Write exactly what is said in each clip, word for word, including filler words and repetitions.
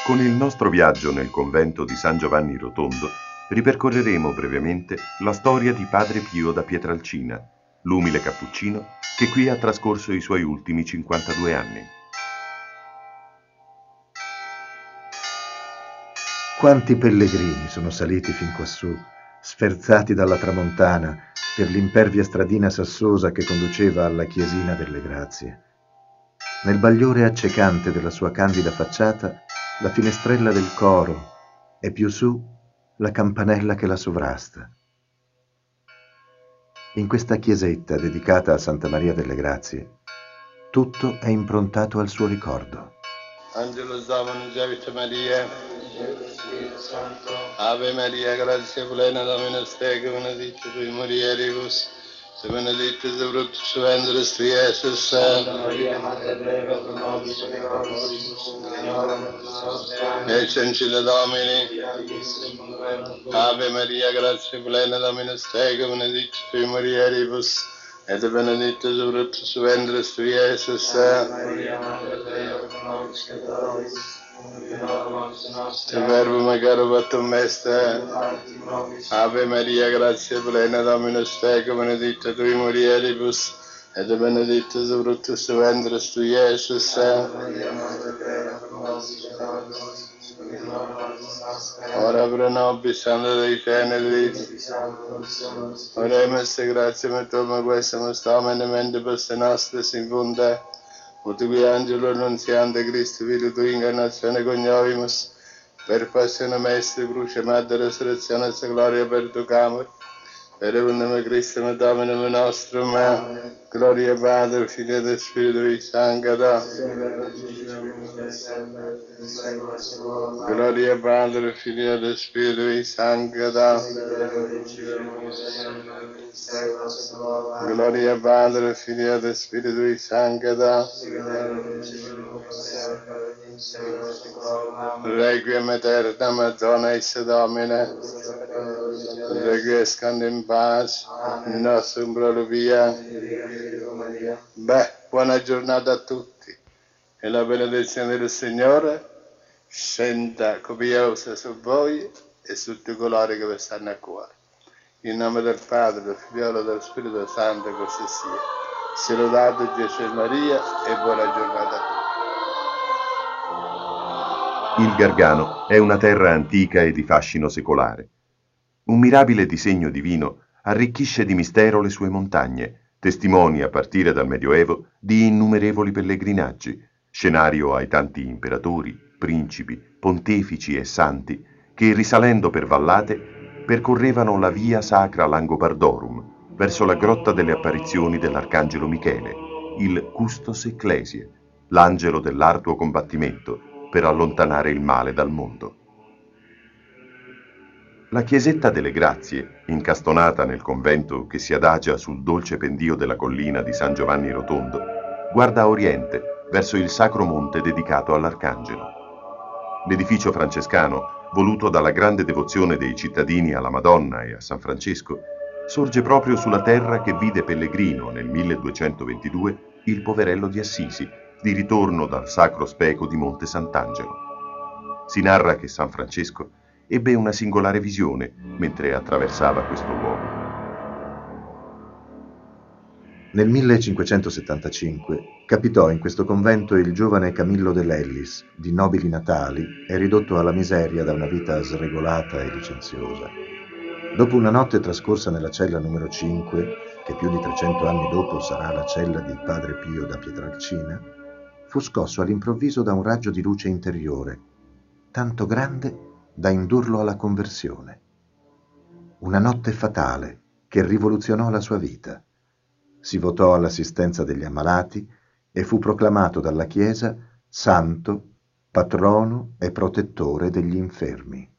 Con il nostro viaggio nel convento di San Giovanni Rotondo ripercorreremo brevemente la storia di Padre Pio da Pietralcina, l'umile cappuccino che qui ha trascorso i suoi ultimi cinquantadue anni. Quanti pellegrini sono saliti fin quassù, sferzati dalla tramontana per l'impervia stradina sassosa che conduceva alla chiesina delle Grazie. Nel bagliore accecante della sua candida facciata, la finestrella del coro e più su la campanella che la sovrasta. In questa chiesetta dedicata a Santa Maria delle Grazie, tutto è improntato al suo ricordo. Angelo Domini, Vita Maria, Ave Maria, grazia plena, Dominus tecum, benedicta tui mulieribus, se benedictus fructus ventris tui, Iesus. Santa Maria, Mater Dei, pro nobis peccatoribus, et ora mortis nostre. Ecce ancilla Domini. Ave Maria, grazia plena, Dominus tecum, benedicta tui mulieribus, et benedictus fructus ventris tui, Iesus. Santa Maria, Mater Dei, pro nobis peccatoribus, te verbum caro pattum est. Ave Maria, grazia plena, Dominus tecum, benedicta tui mulieribus, et benedictus fructus ventris tui, Iesus. Ora pro nobis Santa Dei Generis, oremus te gratiam et tuam quesumus Domine mentibus nostris infunde, ut qui angelo annunziante Christi Filio tui incarnazione coniovimus, per passione mestre cruce madre resurrezione e gloria per tu camor, per unum Christum Dominum nostrum, gloria Padre, Figlio e Spirito Sancto. Gloria Padre, Figlio e Spirito Sancto. Gloria Padre, Figlio e Spirito Sancto. Requiem aeternam ad dona eis Domine. Requiescant in pace, in nostrum pro via. Beh, buona giornata a tutti e la benedizione del Signore scenda copiosa su voi e su tutti coloro che vi stanno a cuore. In nome del Padre, del Figlio e del Spirito Santo, così sia. Sia lodato Gesù e Maria e buona giornata a tutti. Il Gargano è una terra antica e di fascino secolare. Un mirabile disegno divino arricchisce di mistero le sue montagne, testimoni a partire dal Medioevo di innumerevoli pellegrinaggi, scenario ai tanti imperatori, principi, pontefici e santi che, risalendo per vallate, percorrevano la via Sacra Langobardorum verso la grotta delle apparizioni dell'Arcangelo Michele, il Custos Ecclesiae, l'angelo dell'arduo combattimento per allontanare il male dal mondo. La chiesetta delle Grazie, incastonata nel convento che si adagia sul dolce pendio della collina di San Giovanni Rotondo, guarda a oriente verso il sacro monte dedicato all'Arcangelo. L'edificio francescano, voluto dalla grande devozione dei cittadini alla Madonna e a San Francesco, sorge proprio sulla terra che vide pellegrino nel milleduecentoventidue il poverello di Assisi, di ritorno dal sacro speco di Monte Sant'Angelo. Si narra che San Francesco ebbe una singolare visione mentre attraversava questo luogo. Nel millecinquecentosettantacinque capitò in questo convento il giovane Camillo de Lellis, di nobili natali e ridotto alla miseria da una vita sregolata e licenziosa. Dopo una notte trascorsa nella cella numero cinque, che più di trecento anni dopo sarà la cella di Padre Pio da Pietralcina, fu scosso all'improvviso da un raggio di luce interiore, tanto grande da indurlo alla conversione. Una notte fatale che rivoluzionò la sua vita. Si votò all'assistenza degli ammalati e fu proclamato dalla Chiesa santo, patrono e protettore degli infermi.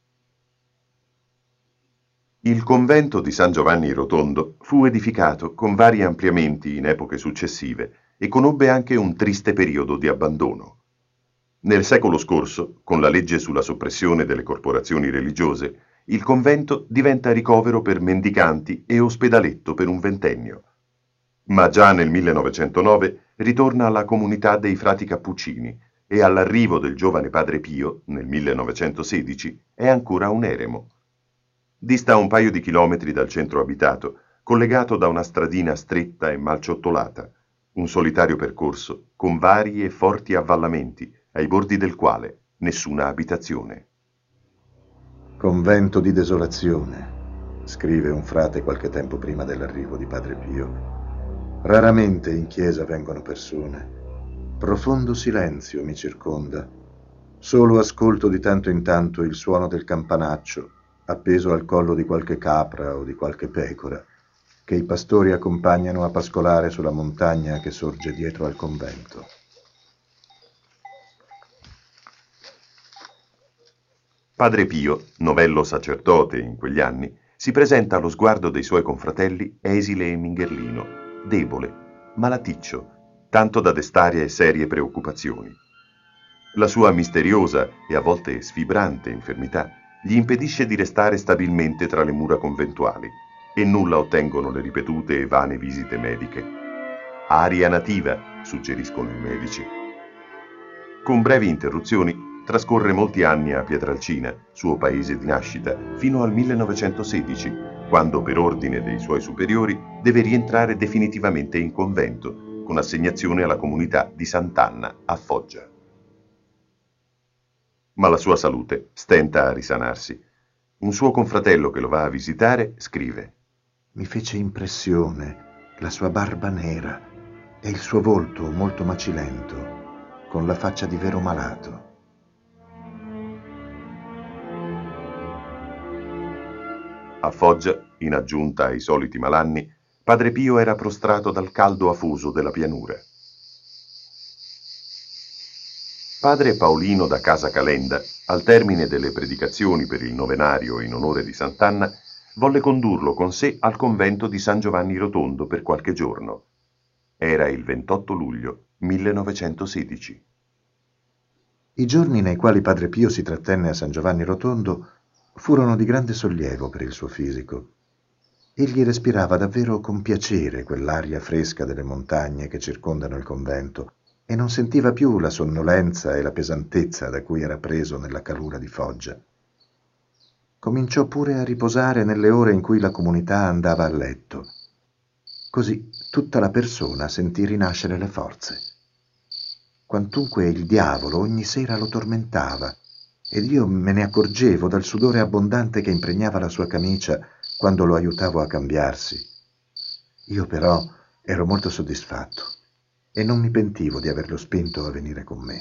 Il convento di San Giovanni Rotondo fu edificato con vari ampliamenti in epoche successive e conobbe anche un triste periodo di abbandono. Nel secolo scorso, con la legge sulla soppressione delle corporazioni religiose, il convento diventa ricovero per mendicanti e ospedaletto per un ventennio. Ma già nel millenovecentonove ritorna alla comunità dei frati cappuccini, e all'arrivo del giovane padre Pio, nel millenovecentosedici, è ancora un eremo. Dista un paio di chilometri dal centro abitato, collegato da una stradina stretta e malciottolata, un solitario percorso con vari e forti avvallamenti, ai bordi del quale nessuna abitazione. Convento di desolazione, scrive un frate qualche tempo prima dell'arrivo di padre Pio. Raramente in chiesa vengono persone. Profondo silenzio mi circonda. Solo ascolto di tanto in tanto il suono del campanaccio, appeso al collo di qualche capra o di qualche pecora, che i pastori accompagnano a pascolare sulla montagna che sorge dietro al convento. Padre Pio, novello sacerdote in quegli anni, si presenta allo sguardo dei suoi confratelli esile e mingherlino, debole, malaticcio, tanto da destare serie preoccupazioni. La sua misteriosa e a volte sfibrante infermità gli impedisce di restare stabilmente tra le mura conventuali e nulla ottengono le ripetute e vane visite mediche. Aria nativa, suggeriscono i medici. Con brevi interruzioni trascorre molti anni a Pietralcina, suo paese di nascita, fino al millenovecentosedici, quando per ordine dei suoi superiori deve rientrare definitivamente in convento, con assegnazione alla comunità di Sant'Anna a Foggia. Ma la sua salute stenta a risanarsi. Un suo confratello che lo va a visitare scrive: Mi fece impressione la sua barba nera e il suo volto molto macilento, con la faccia di vero malato. A Foggia, in aggiunta ai soliti malanni, padre Pio era prostrato dal caldo afoso della pianura. Padre Paolino da Casa Calenda, al termine delle predicazioni per il novenario in onore di Sant'Anna, volle condurlo con sé al convento di San Giovanni Rotondo per qualche giorno. Era il ventotto luglio millenovecentosedici. I giorni nei quali padre Pio si trattenne a San Giovanni Rotondo furono di grande sollievo per il suo fisico. Egli respirava davvero con piacere quell'aria fresca delle montagne che circondano il convento e non sentiva più la sonnolenza e la pesantezza da cui era preso nella calura di Foggia. Cominciò pure a riposare nelle ore in cui la comunità andava a letto. Così tutta la persona sentì rinascere le forze. Quantunque il diavolo ogni sera lo tormentava, ed io me ne accorgevo dal sudore abbondante che impregnava la sua camicia quando lo aiutavo a cambiarsi. Io però ero molto soddisfatto e non mi pentivo di averlo spinto a venire con me.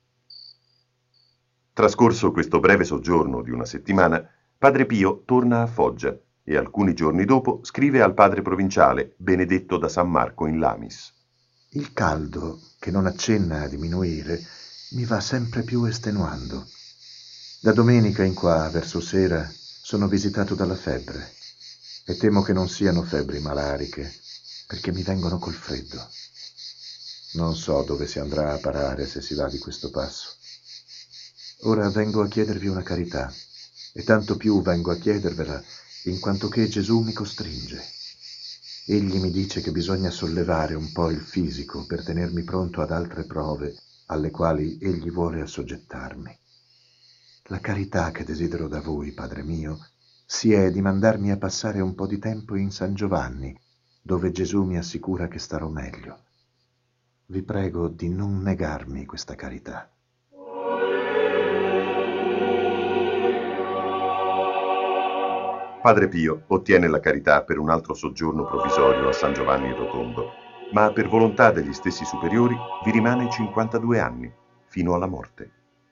Trascorso questo breve soggiorno di una settimana, padre Pio torna a Foggia e alcuni giorni dopo scrive al padre provinciale Benedetto da San Marco in Lamis. Il caldo, che non accenna a diminuire, mi va sempre più estenuando. Da domenica in qua, verso sera, sono visitato dalla febbre e temo che non siano febbri malariche, perché mi vengono col freddo. Non so dove si andrà a parare se si va di questo passo. Ora vengo a chiedervi una carità, e tanto più vengo a chiedervela in quanto che Gesù mi costringe. Egli mi dice che bisogna sollevare un po' il fisico per tenermi pronto ad altre prove alle quali egli vuole assoggettarmi. La carità che desidero da voi, Padre mio, si è di mandarmi a passare un po' di tempo in San Giovanni, dove Gesù mi assicura che starò meglio. Vi prego di non negarmi questa carità. Padre Pio ottiene la carità per un altro soggiorno provvisorio a San Giovanni Rotondo, ma per volontà degli stessi superiori vi rimane cinquantadue anni, fino alla morte.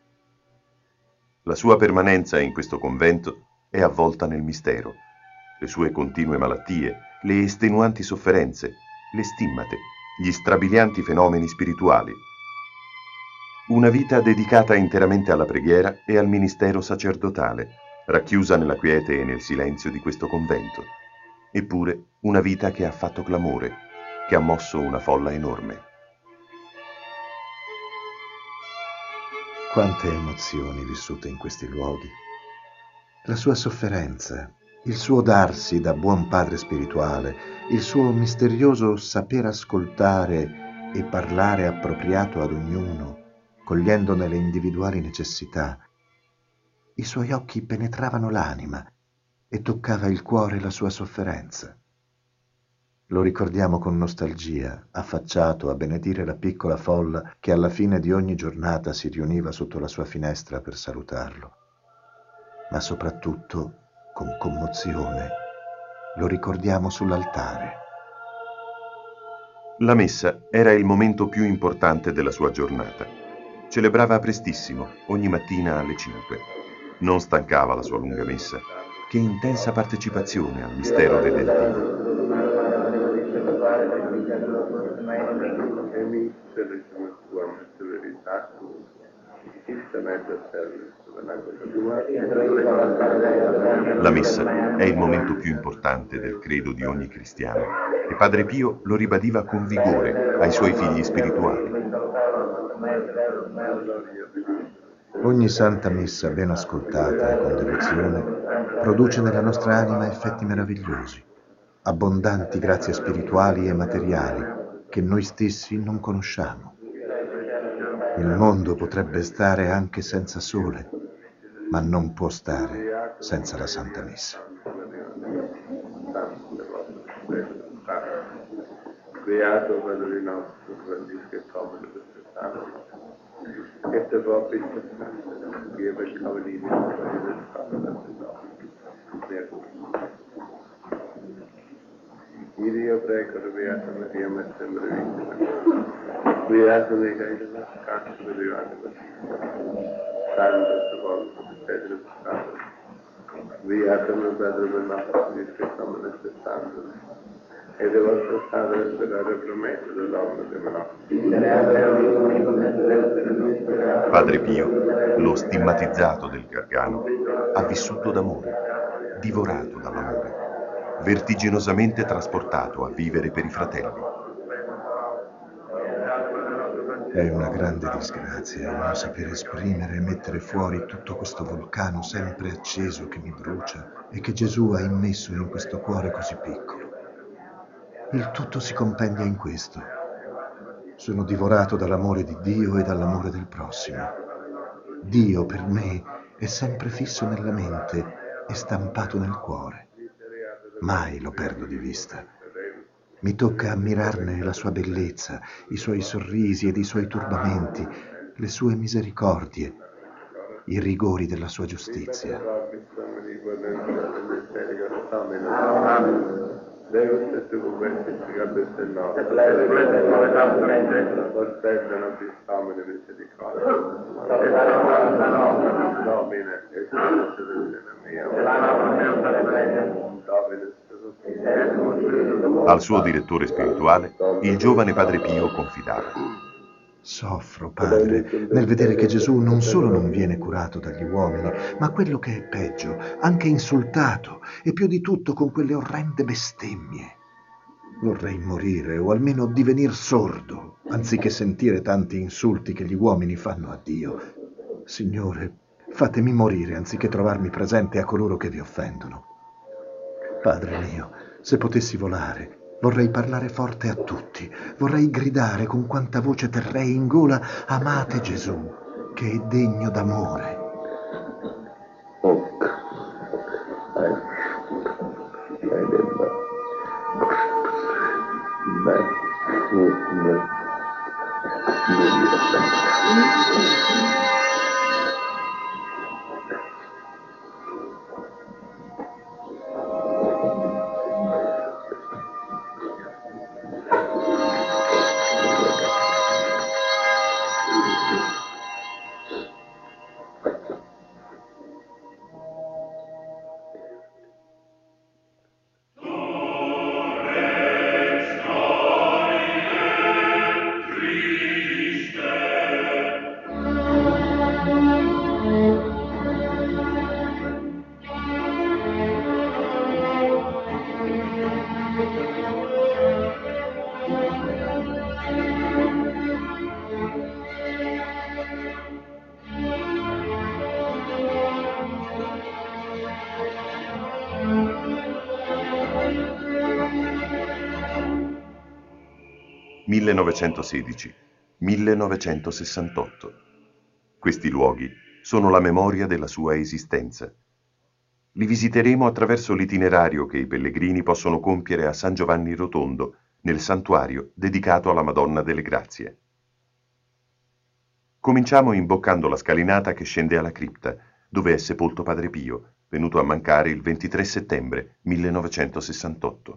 La sua permanenza in questo convento è avvolta nel mistero. Le sue continue malattie, le estenuanti sofferenze, le stimmate, gli strabilianti fenomeni spirituali. Una vita dedicata interamente alla preghiera e al ministero sacerdotale, racchiusa nella quiete e nel silenzio di questo convento. Eppure una vita che ha fatto clamore, che ha mosso una folla enorme. Quante emozioni vissute in questi luoghi. La sua sofferenza, il suo darsi da buon padre spirituale, il suo misterioso saper ascoltare e parlare appropriato ad ognuno, cogliendone le individuali necessità. I suoi occhi penetravano l'anima e toccava il cuore la sua sofferenza. Lo ricordiamo con nostalgia, affacciato a benedire la piccola folla che alla fine di ogni giornata si riuniva sotto la sua finestra per salutarlo. Ma soprattutto, con commozione, lo ricordiamo sull'altare. La messa era il momento più importante della sua giornata. Celebrava prestissimo, ogni mattina alle cinque. Non stancava la sua lunga messa. Che intensa partecipazione al mistero redentivo. La messa è il momento più importante del credo di ogni cristiano e Padre Pio lo ribadiva con vigore ai suoi figli spirituali. Ogni santa messa ben ascoltata e con devozione produce nella nostra anima effetti meravigliosi, abbondanti grazie spirituali e materiali che noi stessi non conosciamo. Il mondo potrebbe stare anche senza sole, ma non può stare senza la Santa Messa. Beato Padre nostro, Francisco e Comune per Sant'Anna, che te proprio in che per Cavalini, per il Dio prego, beato Maria, ma sempre vittima. Beato Micaela, della caccia per i vari Santo, sepolto, Pedro, Santo. Beato mio Padre per nostro Cristo e Comune per Sant'Anna. E del vostro stato sperare promesso dell'uomo dell'uomo. Padre Pio, lo stigmatizzato del Gargano, ha vissuto d'amore, divorato dall'amore, vertiginosamente trasportato a vivere per i fratelli. È una grande disgrazia il non saper esprimere e mettere fuori tutto questo vulcano sempre acceso che mi brucia e che Gesù ha immesso in questo cuore così piccolo. Il tutto si compendia in questo. Sono divorato dall'amore di Dio e dall'amore del prossimo. Dio per me è sempre fisso nella mente e stampato nel cuore. Mai lo perdo di vista. Mi tocca ammirarne la sua bellezza, i suoi sorrisi ed i suoi turbamenti, le sue misericordie, i rigori della sua giustizia. Deus et tu convertis gabes del nostro, et plebis fortezza bistamine misericordia. Domine, et Al suo direttore spirituale, il giovane Padre Pio confidava: soffro, Padre, nel vedere che Gesù non solo non viene curato dagli uomini, ma quello che è peggio, anche insultato, e più di tutto con quelle orrende bestemmie. Vorrei morire o almeno divenir sordo, anziché sentire tanti insulti che gli uomini fanno a Dio. Signore, fatemi morire anziché trovarmi presente a coloro che vi offendono. Padre mio, se potessi volare, vorrei parlare forte a tutti, vorrei gridare con quanta voce terrei in gola: amate Gesù, che è degno d'amore. millenovecentosedici millenovecentosessantotto. Questi luoghi sono la memoria della sua esistenza. Li visiteremo attraverso l'itinerario che i pellegrini possono compiere a San Giovanni Rotondo, nel santuario dedicato alla Madonna delle Grazie. Cominciamo imboccando la scalinata che scende alla cripta, dove è sepolto Padre Pio, venuto a mancare il ventitré settembre millenovecentosessantotto.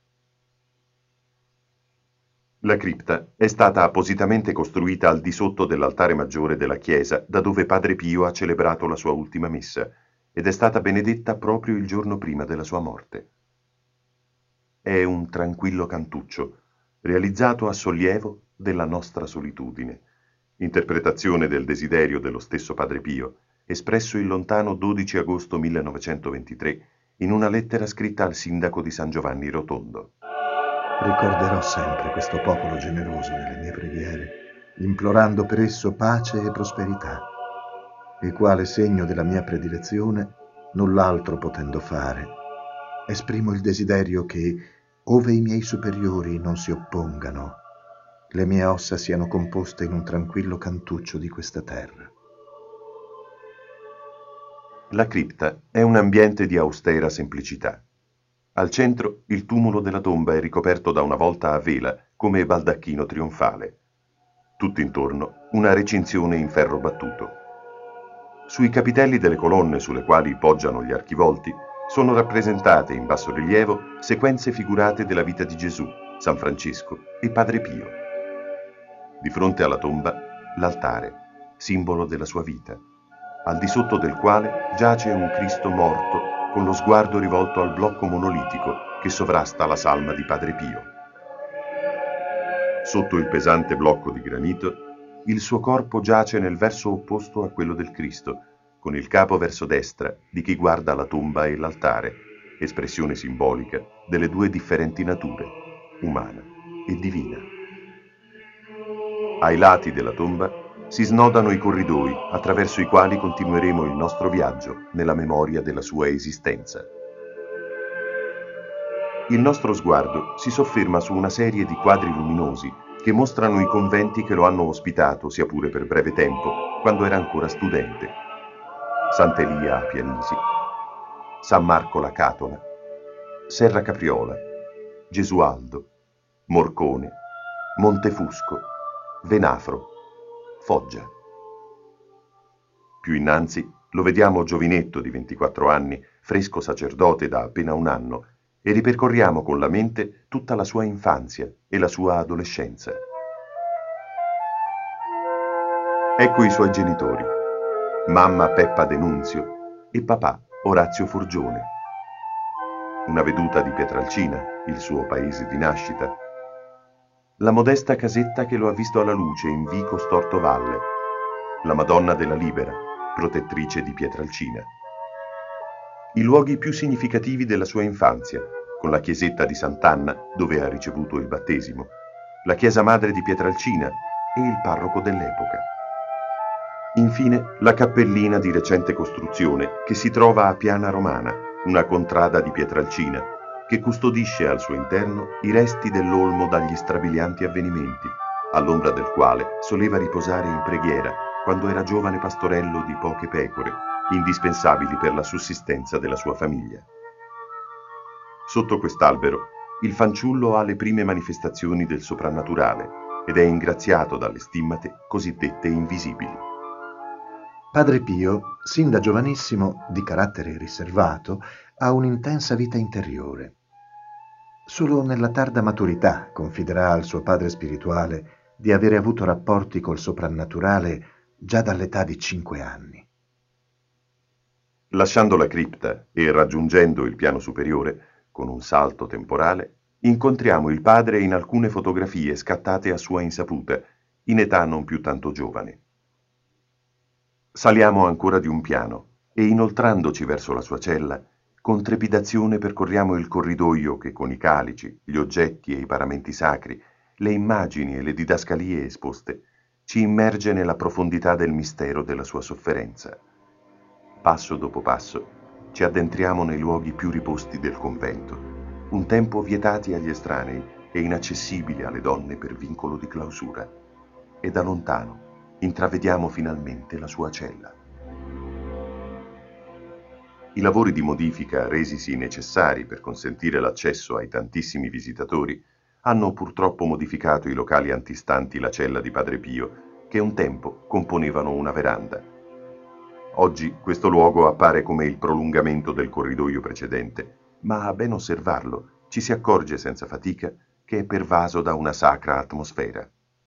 La cripta è stata appositamente costruita al di sotto dell'altare maggiore della chiesa, da dove Padre Pio ha celebrato la sua ultima messa, ed è stata benedetta proprio il giorno prima della sua morte. È un tranquillo cantuccio, realizzato a sollievo della nostra solitudine, interpretazione del desiderio dello stesso Padre Pio, espresso il lontano dodici agosto millenovecentoventitré in una lettera scritta al sindaco di San Giovanni Rotondo. Ricorderò sempre questo popolo generoso nelle mie preghiere, implorando per esso pace e prosperità, e quale segno della mia predilezione, null'altro potendo fare, esprimo il desiderio che, ove i miei superiori non si oppongano, le mie ossa siano composte in un tranquillo cantuccio di questa terra. La cripta è un ambiente di austera semplicità. Al centro il tumulo della tomba è ricoperto da una volta a vela come baldacchino trionfale. Tutto intorno una recinzione in ferro battuto. Sui capitelli delle colonne sulle quali poggiano gli archivolti sono rappresentate in bassorilievo sequenze figurate della vita di Gesù, San Francesco e Padre Pio. Di fronte alla tomba l'altare, simbolo della sua vita, al di sotto del quale giace un Cristo morto con lo sguardo rivolto al blocco monolitico che sovrasta la salma di Padre Pio. Sotto il pesante blocco di granito, il suo corpo giace nel verso opposto a quello del Cristo, con il capo verso destra di chi guarda la tomba e l'altare, espressione simbolica delle due differenti nature, umana e divina. Ai lati della tomba si snodano i corridoi attraverso i quali continueremo il nostro viaggio nella memoria della sua esistenza. Il nostro sguardo si sofferma su una serie di quadri luminosi che mostrano i conventi che lo hanno ospitato, sia pure per breve tempo, quando era ancora studente. Sant'Elia a Pianisi, San Marco la Catola, Serra Capriola, Gesualdo, Morcone, Montefusco, Venafro, Foggia. Più innanzi lo vediamo giovinetto di ventiquattro anni, fresco sacerdote da appena un anno, e ripercorriamo con la mente tutta la sua infanzia e la sua adolescenza. Ecco i suoi genitori, mamma Peppa De Nunzio e papà Orazio Forgione. Una veduta di Pietralcina, il suo paese di nascita. La modesta casetta che lo ha visto alla luce in Vico Stortovalle, la Madonna della Libera, protettrice di Pietralcina. I luoghi più significativi della sua infanzia, con la chiesetta di Sant'Anna, dove ha ricevuto il battesimo, la chiesa madre di Pietralcina e il parroco dell'epoca. Infine, la cappellina di recente costruzione che si trova a Piana Romana, una contrada di Pietralcina, che custodisce al suo interno i resti dell'olmo dagli strabilianti avvenimenti, all'ombra del quale soleva riposare in preghiera quando era giovane pastorello di poche pecore, indispensabili per la sussistenza della sua famiglia. Sotto quest'albero, il fanciullo ha le prime manifestazioni del soprannaturale ed è ingraziato dalle stimmate cosiddette invisibili. Padre Pio, sin da giovanissimo, di carattere riservato, ha un'intensa vita interiore. Solo nella tarda maturità confiderà al suo padre spirituale di avere avuto rapporti col soprannaturale già dall'età di cinque anni. Lasciando la cripta e raggiungendo il piano superiore, con un salto temporale, incontriamo il padre in alcune fotografie scattate a sua insaputa, in età non più tanto giovane. Saliamo ancora di un piano e, inoltrandoci verso la sua cella, con trepidazione percorriamo il corridoio che con i calici, gli oggetti e i paramenti sacri, le immagini e le didascalie esposte, ci immerge nella profondità del mistero della sua sofferenza. Passo dopo passo ci addentriamo nei luoghi più riposti del convento, un tempo vietati agli estranei e inaccessibili alle donne per vincolo di clausura, e da lontano, intravediamo finalmente la sua cella. I lavori di modifica resisi necessari per consentire l'accesso ai tantissimi visitatori hanno purtroppo modificato i locali antistanti la cella di Padre Pio, che un tempo componevano una veranda. Oggi questo luogo appare come il prolungamento del corridoio precedente, ma a ben osservarlo ci si accorge senza fatica che è pervaso da una sacra atmosfera.